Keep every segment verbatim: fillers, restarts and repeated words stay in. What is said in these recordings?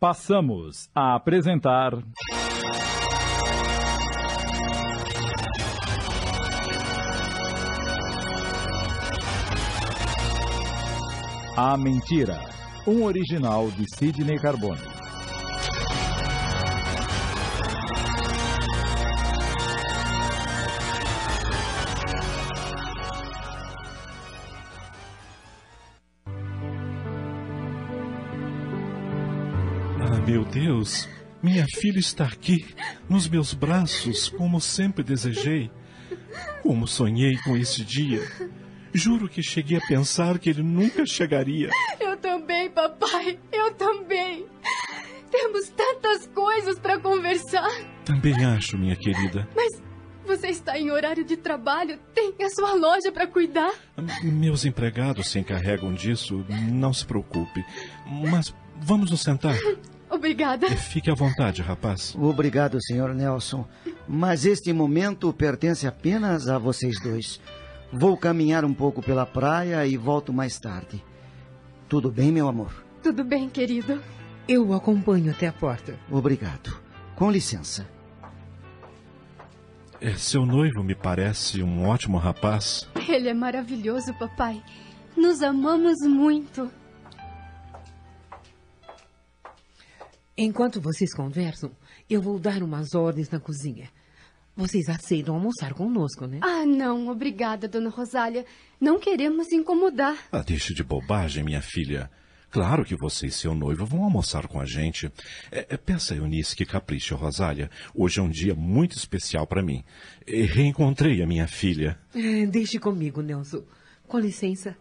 Passamos a apresentar... A Mentira, um original de Sidney Carbone. Ah, meu Deus, minha filha está aqui, nos meus braços, como sempre desejei. Como sonhei com esse dia. Juro que cheguei a pensar que ele nunca chegaria. Eu também, papai. Eu também. Temos tantas coisas para conversar. Também acho, minha querida. Mas você está em horário de trabalho. Tem a sua loja para cuidar. Meus empregados se encarregam disso. Não se preocupe. Mas vamos nos sentar. Obrigada. Fique à vontade, rapaz. Obrigado, senhor Nelson. Mas este momento pertence apenas a vocês dois. Vou caminhar um pouco pela praia e volto mais tarde. Tudo bem, meu amor? Tudo bem, querido. Eu o acompanho até a porta. Obrigado. Com licença. É, seu noivo me parece um ótimo rapaz. Ele é maravilhoso, papai. Nos amamos muito. Enquanto vocês conversam, eu vou dar umas ordens na cozinha. Vocês aceitam almoçar conosco, né? Ah, não. Obrigada, dona Rosália. Não queremos incomodar. Ah, deixe de bobagem, minha filha. Claro que você e seu noivo vão almoçar com a gente. É, é, peça a Eunice que capriche, Rosália. Hoje é um dia muito especial para mim. E reencontrei a minha filha. É, deixe comigo, Nelson. Com licença.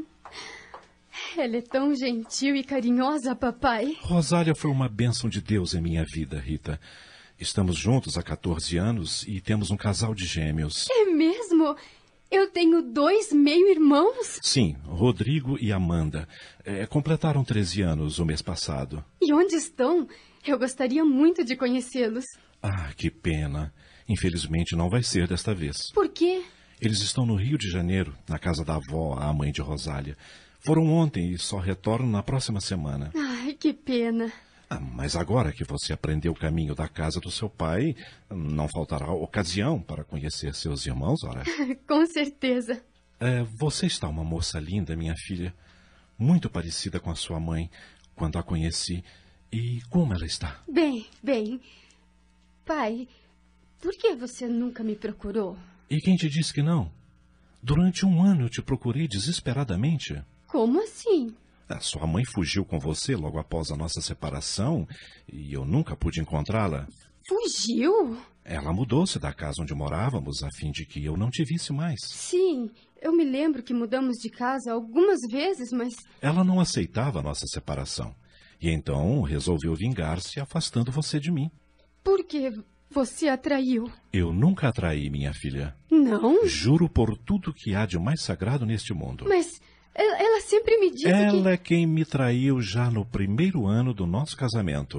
Ela é tão gentil e carinhosa, papai. Rosália foi uma bênção de Deus em minha vida, Rita. Estamos juntos há quatorze anos e temos um casal de gêmeos. É mesmo? Eu tenho dois meio-irmãos? Sim, Rodrigo e Amanda. É, completaram treze anos o mês passado. E onde estão? Eu gostaria muito de conhecê-los. Ah, que pena. Infelizmente não vai ser desta vez. Por quê? Eles estão no Rio de Janeiro, na casa da avó, a mãe de Rosália. Foram ontem e só retornam na próxima semana. Ai, que pena. Ah, mas agora que você aprendeu o caminho da casa do seu pai, não faltará ocasião para conhecer seus irmãos, ora? Com certeza. É, você está uma moça linda, minha filha. Muito parecida com a sua mãe, quando a conheci. E como ela está? Bem, bem. Pai, por que você nunca me procurou? E quem te disse que não? Durante um ano eu te procurei desesperadamente. Como assim? A sua mãe fugiu com você logo após a nossa separação e eu nunca pude encontrá-la. Fugiu? Ela mudou-se da casa onde morávamos a fim de que eu não te visse mais. Sim, eu me lembro que mudamos de casa algumas vezes, mas... Ela não aceitava a nossa separação e então resolveu vingar-se afastando você de mim. Por que você a traiu? Eu nunca a traí, minha filha. Não? Juro por tudo que há de mais sagrado neste mundo. Mas... Ela sempre me disse Ela que... é quem me traiu já no primeiro ano do nosso casamento.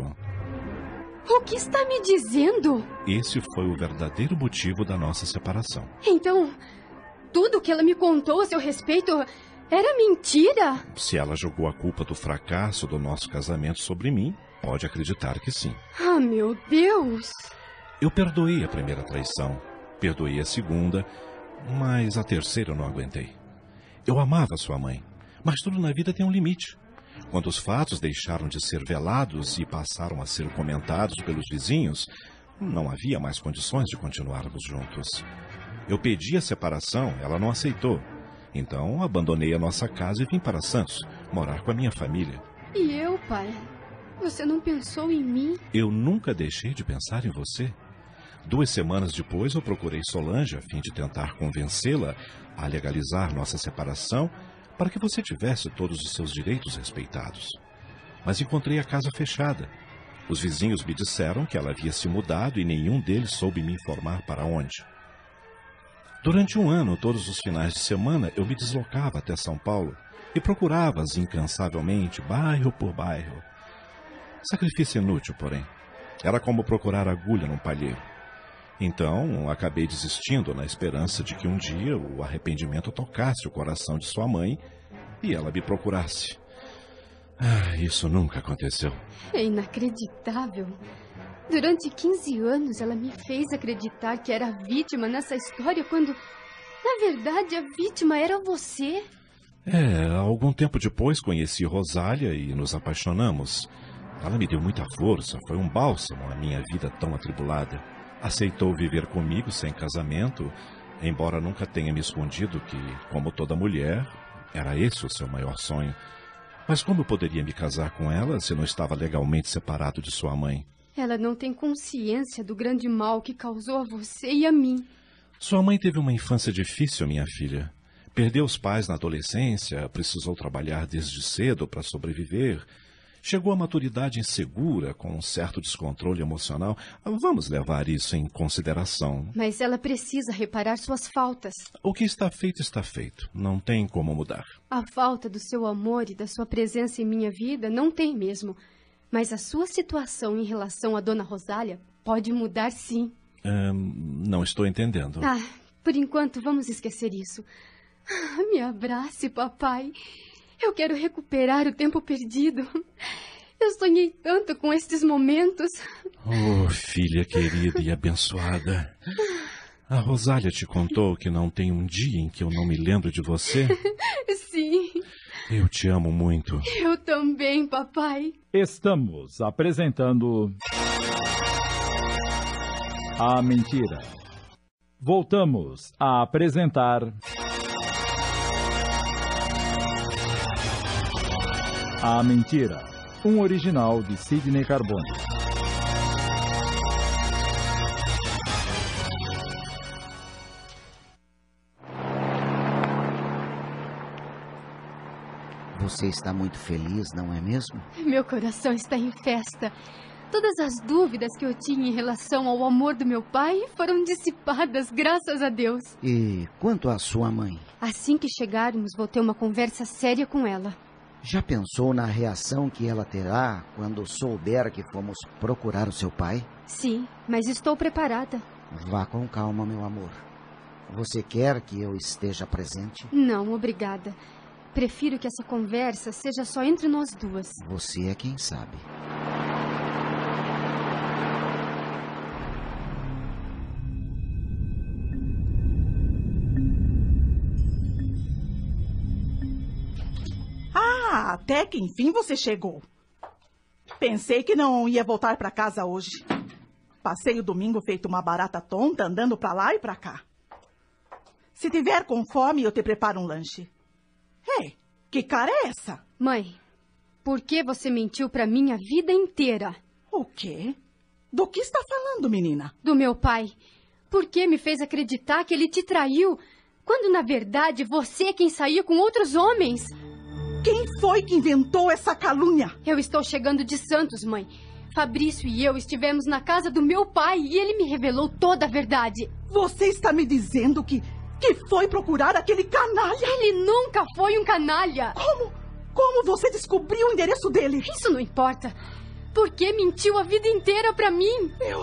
O que está me dizendo? Esse foi o verdadeiro motivo da nossa separação. Então, tudo que ela me contou a seu respeito era mentira? Se ela jogou a culpa do fracasso do nosso casamento sobre mim, pode acreditar que sim. Ah, meu Deus! Eu perdoei a primeira traição, perdoei a segunda, mas a terceira eu não aguentei. Eu amava sua mãe, mas tudo na vida tem um limite. Quando os fatos deixaram de ser velados e passaram a ser comentados pelos vizinhos, não havia mais condições de continuarmos juntos. Eu pedi a separação, ela não aceitou. Então, abandonei a nossa casa e vim para Santos, morar com a minha família. E eu, pai? Você não pensou em mim? Eu nunca deixei de pensar em você. Duas semanas depois, eu procurei Solange a fim de tentar convencê-la a legalizar nossa separação para que você tivesse todos os seus direitos respeitados. Mas encontrei a casa fechada. Os vizinhos me disseram que ela havia se mudado e nenhum deles soube me informar para onde. Durante um ano, todos os finais de semana, eu me deslocava até São Paulo e procurava-as incansavelmente, bairro por bairro. Sacrifício inútil, porém. Era como procurar agulha num palheiro. Então, acabei desistindo na esperança de que um dia o arrependimento tocasse o coração de sua mãe e ela me procurasse. Ah, isso nunca aconteceu. É inacreditável. Durante quinze anos, ela me fez acreditar que era a vítima nessa história, quando, na verdade, a vítima era você. É, algum tempo depois conheci Rosália e nos apaixonamos. Ela me deu muita força, foi um bálsamo à minha vida tão atribulada. Aceitou viver comigo sem casamento, embora nunca tenha me escondido que, como toda mulher, era esse o seu maior sonho. Mas como eu poderia me casar com ela se não estava legalmente separado de sua mãe? Ela não tem consciência do grande mal que causou a você e a mim. Sua mãe teve uma infância difícil, minha filha. Perdeu os pais na adolescência, precisou trabalhar desde cedo para sobreviver. Chegou à maturidade insegura, com um certo descontrole emocional. Vamos levar isso em consideração. Mas ela precisa reparar suas faltas. O que está feito, está feito. Não tem como mudar. A falta do seu amor e da sua presença em minha vida não tem mesmo. Mas a sua situação em relação a Dona Rosália pode mudar, sim. Hum, não estou entendendo. Ah, por enquanto, vamos esquecer isso. Me abrace, papai. Eu quero recuperar o tempo perdido. Eu sonhei tanto com estes momentos. Oh, filha querida e abençoada. A Rosália te contou que não tem um dia em que eu não me lembro de você? Sim. Eu te amo muito. Eu também, papai. Estamos apresentando... A Mentira. Voltamos a apresentar... A Mentira, um original de Sidney Carbone. Você está muito feliz, não é mesmo? Meu coração está em festa. Todas as dúvidas que eu tinha em relação ao amor do meu pai foram dissipadas, graças a Deus. E quanto à sua mãe? Assim que chegarmos, vou ter uma conversa séria com ela. Já pensou na reação que ela terá quando souber que fomos procurar o seu pai? Sim, mas estou preparada. Vá com calma, meu amor. Você quer que eu esteja presente? Não, obrigada. Prefiro que essa conversa seja só entre nós duas. Você é quem sabe. Ah, até que enfim você chegou. Pensei que não ia voltar para casa hoje. Passei o domingo feito uma barata tonta, andando para lá e para cá. Se tiver com fome, eu te preparo um lanche. Ei, que cara é essa? Mãe, por que você mentiu para mim a vida inteira? O quê? Do que está falando, menina? Do meu pai. Por que me fez acreditar que ele te traiu, quando na verdade você é quem saiu com outros homens? Quem foi que inventou essa calúnia? Eu estou chegando de Santos, mãe. Fabrício e eu estivemos na casa do meu pai e ele me revelou toda a verdade. Você está me dizendo que, que foi procurar aquele canalha? Ele nunca foi um canalha. Como? Como você descobriu o endereço dele? Isso não importa. Por que mentiu a vida inteira pra mim? Eu...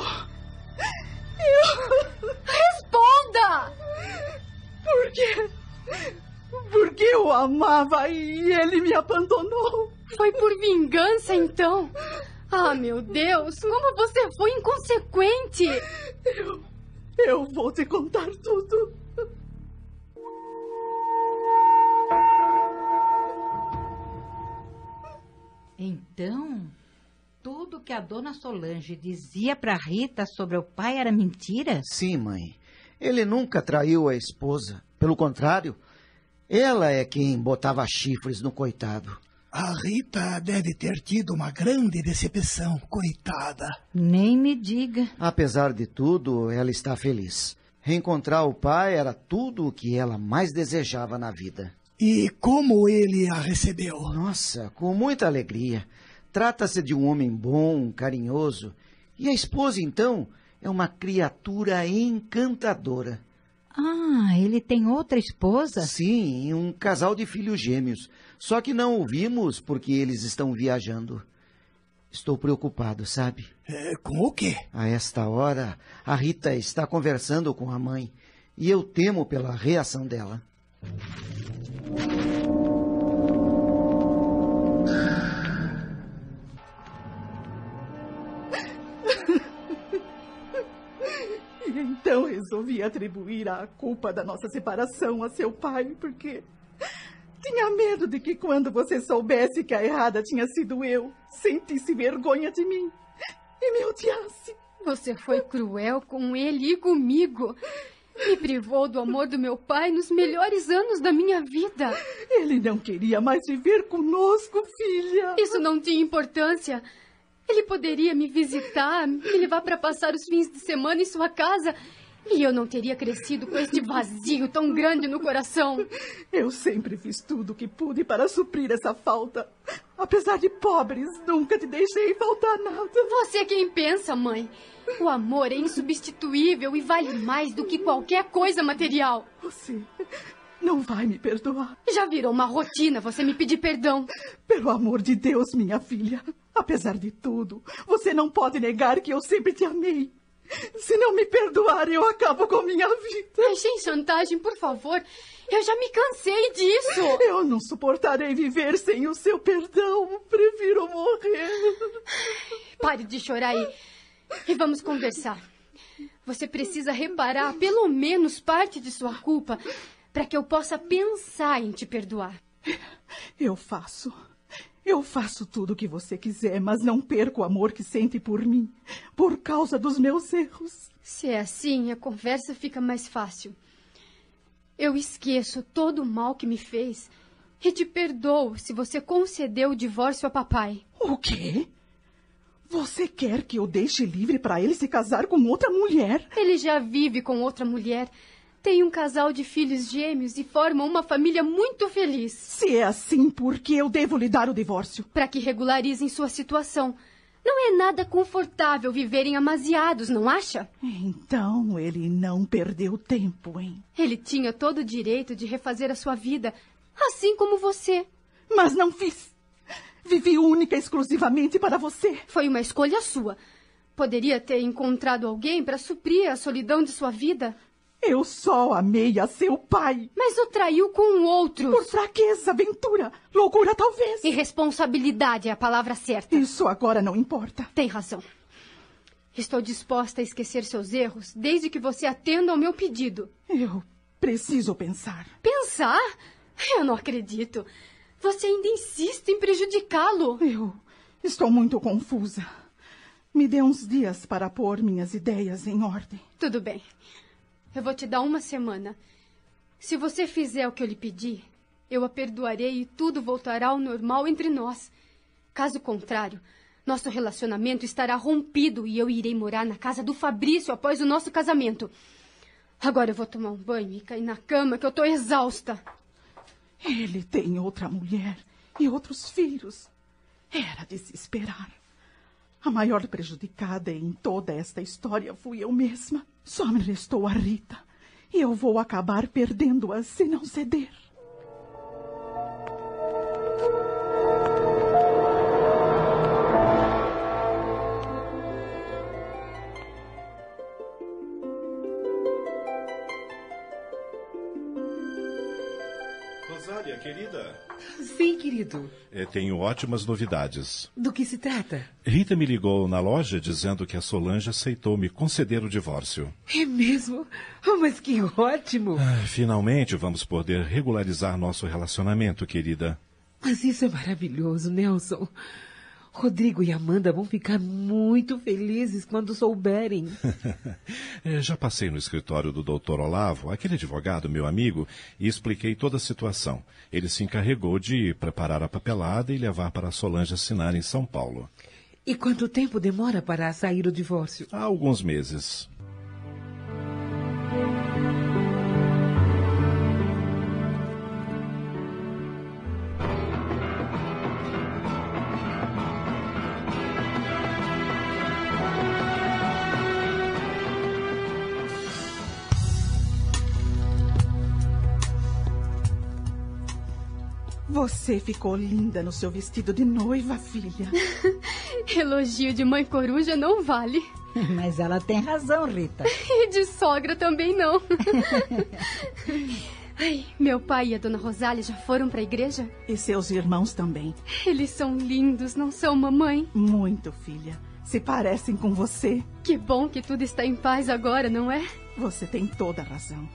Eu... Responda! Por quê? Porque eu o amava e ele me abandonou. Foi por vingança, então? Ah, meu Deus, como você foi inconsequente! Eu, eu vou te contar tudo. Então, tudo que a dona Solange dizia para Rita sobre o pai era mentira? Sim, mãe. Ele nunca traiu a esposa. Pelo contrário, ela é quem botava chifres no coitado. A Rita deve ter tido uma grande decepção, coitada. Nem me diga. Apesar de tudo, ela está feliz. Reencontrar o pai era tudo o que ela mais desejava na vida. E como ele a recebeu? Nossa, com muita alegria. Trata-se de um homem bom, carinhoso. E a esposa, então, é uma criatura encantadora. Ah, ele tem outra esposa? Sim, um casal de filhos gêmeos. Só que não o vimos porque eles estão viajando. Estou preocupado, sabe? É, com o quê? A esta hora, a Rita está conversando com a mãe. E eu temo pela reação dela. Então resolvi atribuir a culpa da nossa separação a seu pai, porque tinha medo de que quando você soubesse que a errada tinha sido eu, sentisse vergonha de mim e me odiasse. Você foi cruel com ele e comigo. Me privou do amor do meu pai nos melhores anos da minha vida. Ele não queria mais viver conosco, filha. Isso não tinha importância. Ele poderia me visitar, me levar para passar os fins de semana em sua casa, e eu não teria crescido com este vazio tão grande no coração. Eu sempre fiz tudo o que pude para suprir essa falta. Apesar de pobres, nunca te deixei faltar nada. Você é quem pensa, mãe. O amor é insubstituível e vale mais do que qualquer coisa material. Você não vai me perdoar. Já virou uma rotina você me pedir perdão. Pelo amor de Deus, minha filha. Apesar de tudo, você não pode negar que eu sempre te amei. Se não me perdoar, eu acabo com minha vida. Ai, sem chantagem, por favor. Eu já me cansei disso. Eu não suportarei viver sem o seu perdão. Prefiro morrer. Pare de chorar aí. E vamos conversar. Você precisa reparar pelo menos parte de sua culpa para que eu possa pensar em te perdoar. Eu faço. Eu faço tudo o que você quiser, mas não perco o amor que sente por mim, por causa dos meus erros. Se é assim, a conversa fica mais fácil. Eu esqueço todo o mal que me fez e te perdoo se você concedeu o divórcio a papai. O quê? Você quer que eu deixe livre para ele se casar com outra mulher? Ele já vive com outra mulher. Tem um casal de filhos gêmeos e formam uma família muito feliz. Se é assim, por que eu devo lhe dar o divórcio? Para que regularizem sua situação. Não é nada confortável viverem amaziados, não acha? Então ele não perdeu tempo, hein? Ele tinha todo o direito de refazer a sua vida, assim como você. Mas não fiz. Vivi única e exclusivamente para você. Foi uma escolha sua. Poderia ter encontrado alguém para suprir a solidão de sua vida. Eu só amei a seu pai. Mas o traiu com outros. Por fraqueza, aventura, loucura talvez. Irresponsabilidade é a palavra certa. Isso agora não importa. Tem razão. Estou disposta a esquecer seus erros desde que você atenda ao meu pedido. Eu preciso pensar. Pensar? Eu não acredito. Você ainda insiste em prejudicá-lo. Eu estou muito confusa. Me dê uns dias para pôr minhas ideias em ordem. Tudo bem. Eu vou te dar uma semana. Se você fizer o que eu lhe pedi, eu a perdoarei e tudo voltará ao normal entre nós. Caso contrário, nosso relacionamento estará rompido e eu irei morar na casa do Fabrício após o nosso casamento. Agora eu vou tomar um banho e cair na cama, que eu estou exausta. Ele tem outra mulher e outros filhos. Era de se esperar. A maior prejudicada em toda esta história fui eu mesma. Só me restou a Rita. E eu vou acabar perdendo-a se não ceder. Rosália, querida. Sim, querido. É, tenho ótimas novidades. Do que se trata? Rita me ligou na loja dizendo que a Solange aceitou me conceder o divórcio. É mesmo? Oh, mas que ótimo! Ah, finalmente vamos poder regularizar nosso relacionamento, querida. Mas isso é maravilhoso, Nelson. Rodrigo e Amanda vão ficar muito felizes quando souberem. É, já passei no escritório do doutor Olavo, aquele advogado, meu amigo, e expliquei toda a situação. Ele se encarregou de preparar a papelada e levar para a Solange assinar em São Paulo. E quanto tempo demora para sair o divórcio? Há alguns meses. Você ficou linda no seu vestido de noiva, filha. Elogio de mãe coruja não vale. Mas ela tem razão, Rita. E de sogra também não. Ai, meu pai e a dona Rosália já foram para a igreja? E seus irmãos também. Eles são lindos, não são, mamãe? Muito, filha. Se parecem com você. Que bom que tudo está em paz agora, não é? Você tem toda a razão.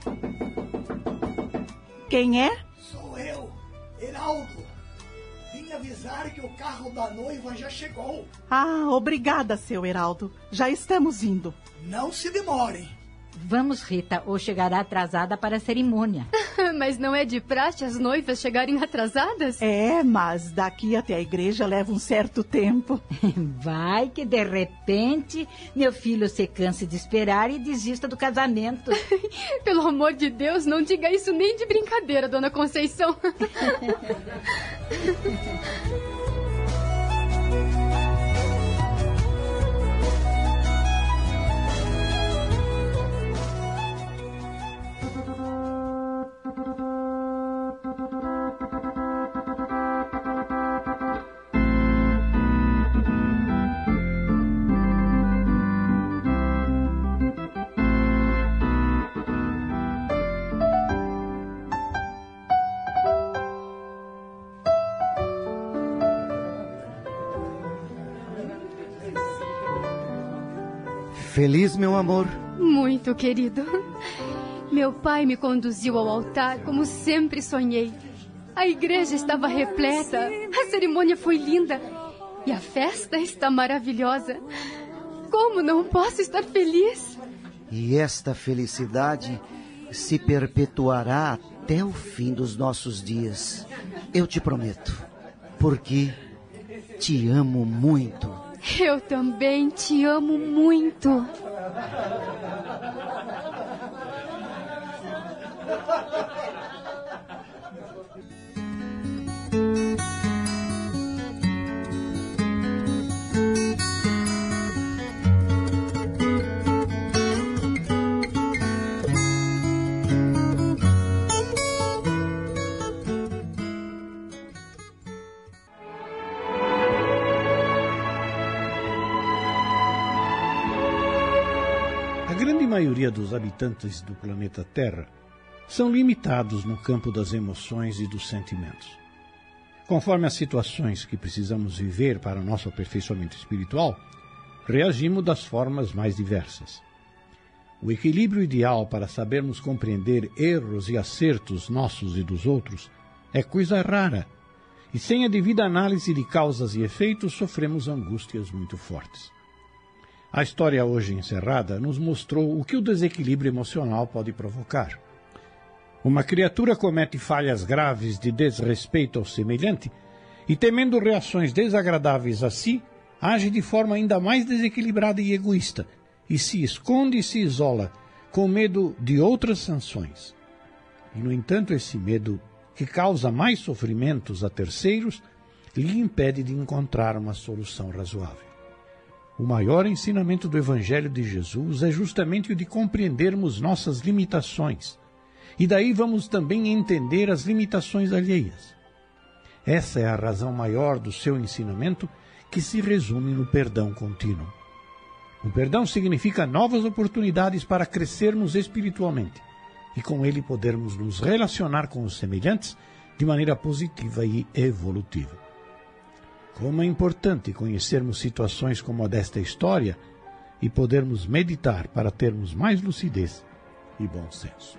Quem é? Sou eu, Heraldo. Vim avisar que o carro da noiva já chegou. Ah, obrigada, seu Heraldo. Já estamos indo. Não se demorem. Vamos, Rita, ou chegará atrasada para a cerimônia. Mas não é de praxe as noivas chegarem atrasadas? É, mas daqui até a igreja leva um certo tempo. Vai que, de repente, meu filho se canse de esperar e desista do casamento. Pelo amor de Deus, não diga isso nem de brincadeira, dona Conceição. Feliz, meu amor? Muito, querido. Meu pai me conduziu ao altar como sempre sonhei. A igreja estava repleta, a cerimônia foi linda e a festa está maravilhosa. Como não posso estar feliz? E esta felicidade se perpetuará até o fim dos nossos dias. Eu te prometo, porque te amo muito. Eu também te amo muito. A grande maioria dos habitantes do planeta Terra são limitados no campo das emoções e dos sentimentos. Conforme as situações que precisamos viver para nosso aperfeiçoamento espiritual, reagimos das formas mais diversas. O equilíbrio ideal para sabermos compreender erros e acertos nossos e dos outros é coisa rara, e sem a devida análise de causas e efeitos sofremos angústias muito fortes. A história hoje encerrada nos mostrou o que o desequilíbrio emocional pode provocar. Uma criatura comete falhas graves de desrespeito ao semelhante e, temendo reações desagradáveis a si, age de forma ainda mais desequilibrada e egoísta e se esconde e se isola com medo de outras sanções. E, no entanto, esse medo, que causa mais sofrimentos a terceiros, lhe impede de encontrar uma solução razoável. O maior ensinamento do Evangelho de Jesus é justamente o de compreendermos nossas limitações, e daí vamos também entender as limitações alheias. Essa é a razão maior do seu ensinamento, que se resume no perdão contínuo. O perdão significa novas oportunidades para crescermos espiritualmente, e com ele podermos nos relacionar com os semelhantes de maneira positiva e evolutiva. Como é importante conhecermos situações como a desta história e podermos meditar para termos mais lucidez e bom senso.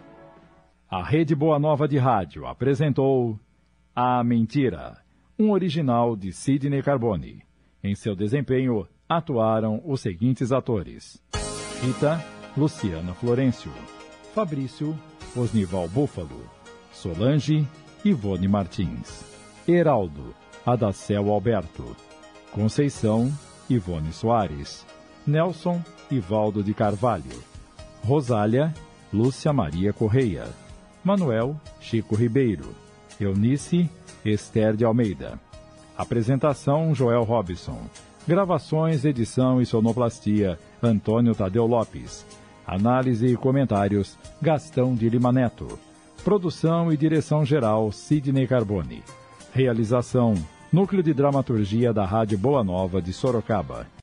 A Rede Boa Nova de Rádio apresentou A Mentira, um original de Sidney Carbone. Em seu desempenho, atuaram os seguintes atores: Rita, Luciana Florencio; Fabrício, Osnival Búfalo; Solange, Ivone Martins; Heraldo, Adacel Alberto; Conceição, Ivone Soares; Nelson, Ivaldo de Carvalho; Rosália, Lúcia Maria Correia; Manuel, Chico Ribeiro; Eunice, Esther de Almeida. Apresentação, Joel Robson. Gravações, edição e sonoplastia, Antônio Tadeu Lopes. Análise e comentários, Gastão de Lima Neto. Produção e direção geral, Sidney Carbone. Realização, Núcleo de Dramaturgia da Rádio Boa Nova de Sorocaba.